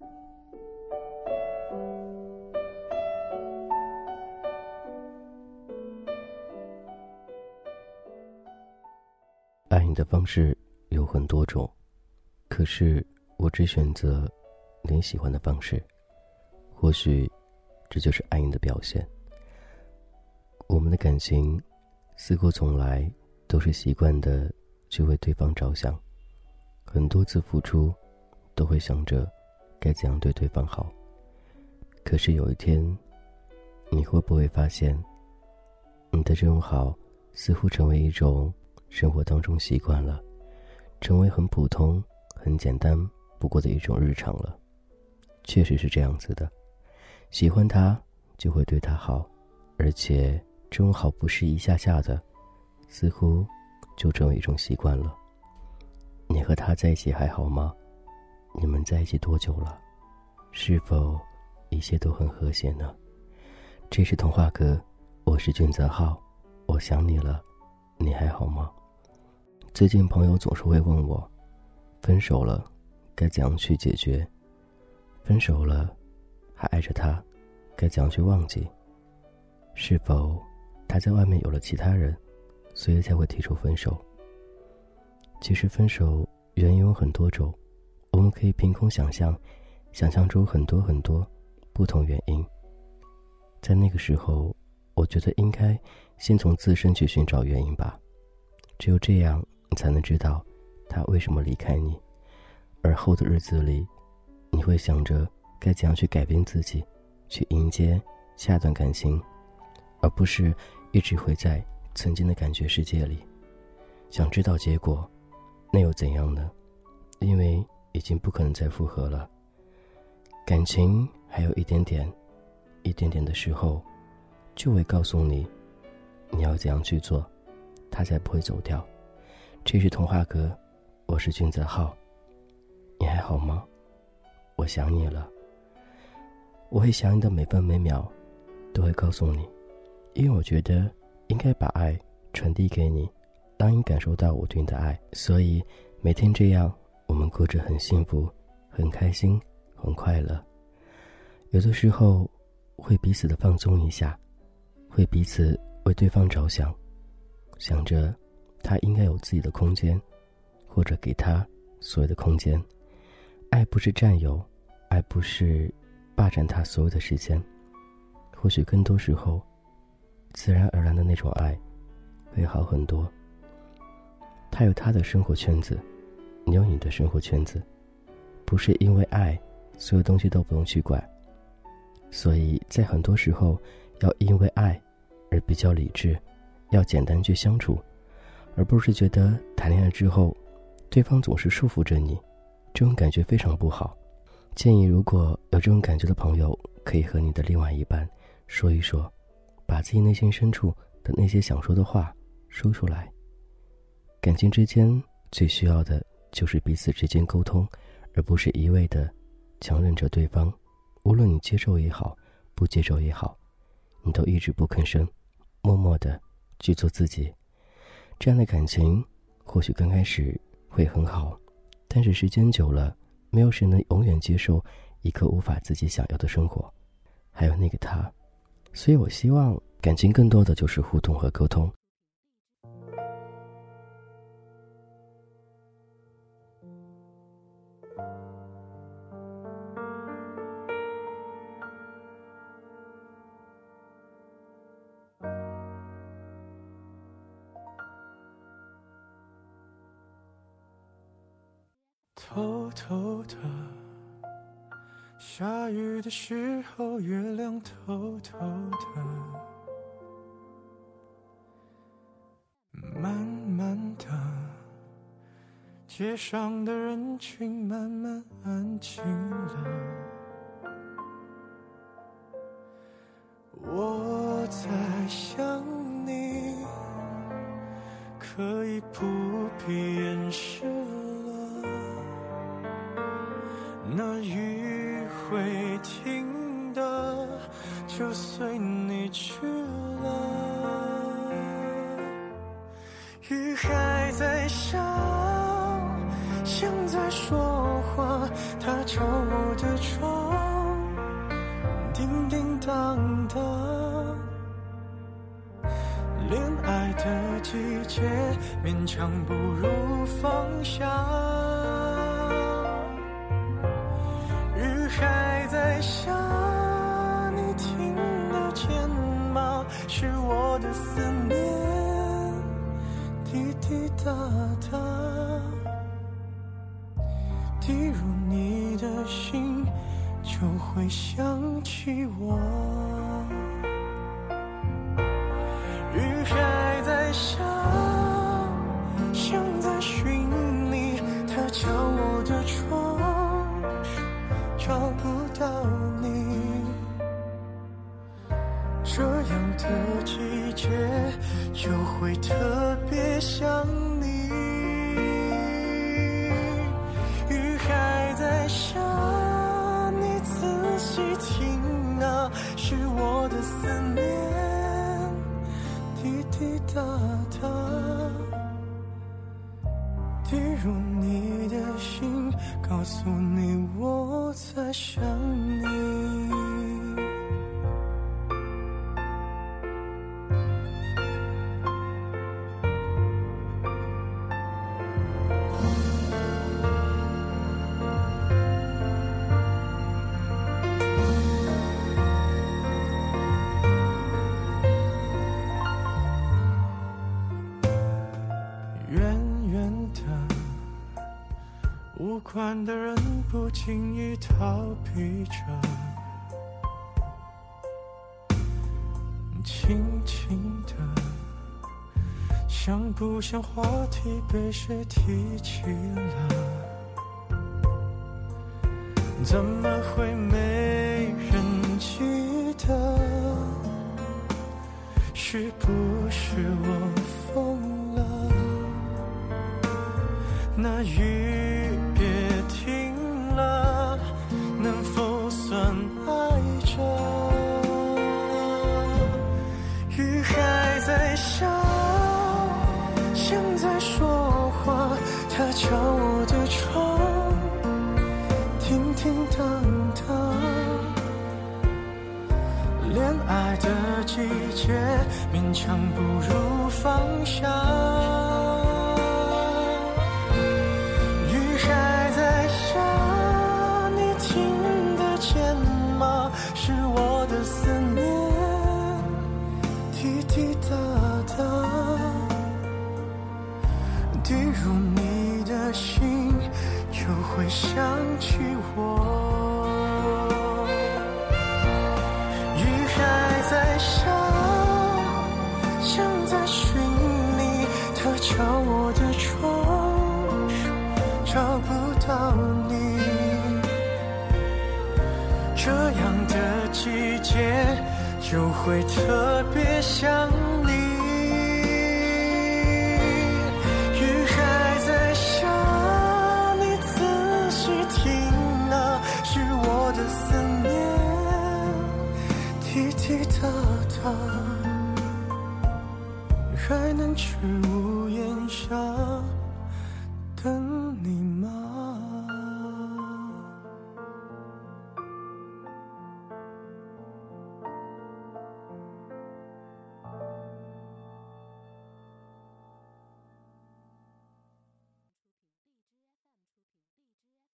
爱你的方式有很多种，可是我只选择你喜欢的方式，或许这就是爱你的表现。我们的感情似乎从来都是习惯的去为对方着想，很多次付出都会想着该怎样对对方好。可是有一天，你会不会发现，你的这种好似乎成为一种生活当中习惯了，成为很普通很简单不过的一种日常了。确实是这样子的，喜欢他就会对他好，而且这种好不是一下下的，似乎就成为一种习惯了。你和他在一起还好吗？你们在一起多久了？是否一切都很和谐呢？这是童话哥，我是俊泽浩，我想你了，你还好吗？最近朋友总是会问我，分手了该怎样去解决？分手了还爱着他，该怎样去忘记？是否他在外面有了其他人，所以才会提出分手？其实分手原因有很多种，我们可以凭空想象出很多很多不同原因。在那个时候，我觉得应该先从自身去寻找原因吧，只有这样你才能知道他为什么离开你，而后的日子里，你会想着该怎样去改变自己，去迎接下段感情，而不是一直会在曾经的感觉世界里。想知道结果，那又怎样呢？因为已经不可能再复合了。感情还有一点点的时候，就会告诉你你要怎样去做，它才不会走掉。这是童话哥，我是俊泽浩，你还好吗？我想你了。我会想你的每分每秒，都会告诉你，因为我觉得应该把爱传递给你，让你感受到我对你的爱。所以每天这样，我们过着很幸福很开心很快乐。有的时候会彼此的放松一下，会彼此为对方着想，想着他应该有自己的空间，或者给他所有的空间。爱不是占有，爱不是霸占他所有的时间，或许更多时候自然而然的那种爱会好很多。他有他的生活圈子，你有你的生活圈子，不是因为爱所有东西都不用去管。所以在很多时候要因为爱而比较理智，要简单去相处，而不是觉得谈恋爱之后对方总是束缚着你，这种感觉非常不好。建议如果有这种感觉的朋友，可以和你的另外一半说一说，把自己内心深处的那些想说的话说出来。感情之间最需要的就是彼此之间沟通，而不是一味的强忍着对方。无论你接受也好，不接受也好，你都一直不吭声，默默的去做自己。这样的感情或许刚开始会很好，但是时间久了，没有谁能永远接受一个无法自己想要的生活，还有那个他。所以我希望感情更多的就是互动和沟通。 偷偷的，下雨的时候，月亮偷偷的，慢慢的，街上的人群慢慢安静了。我在想你，可以不必掩饰了，那雨会停的，就随你去了。雨还在下，像在说话，它朝我的窗界，勉强不如放下。雨还在下，你听得见吗？是我的思念，滴滴答答，滴入你的心，就会想起我。雨还在下，像在寻你，它敲我的窗，找不到你。这样的季节，就会特别想你。雨还在下，你仔细听啊，是我的思念，滴滴答答，滴入你的心，告诉你我在想你。无关的人不经意逃避着，轻轻的，像不像话题被谁提起了？怎么会没人记得？是不是我疯了？那雨别停了，能否算爱着？雨还在下，像在说话，它敲我的窗，叮叮当当。恋爱的季节，勉强不如放下。是我的思念，滴滴答答，滴入你的心，就会想起我。雨还在下，像在寻你，它敲我的窗，找不到你。这样的季节，就会特别想你。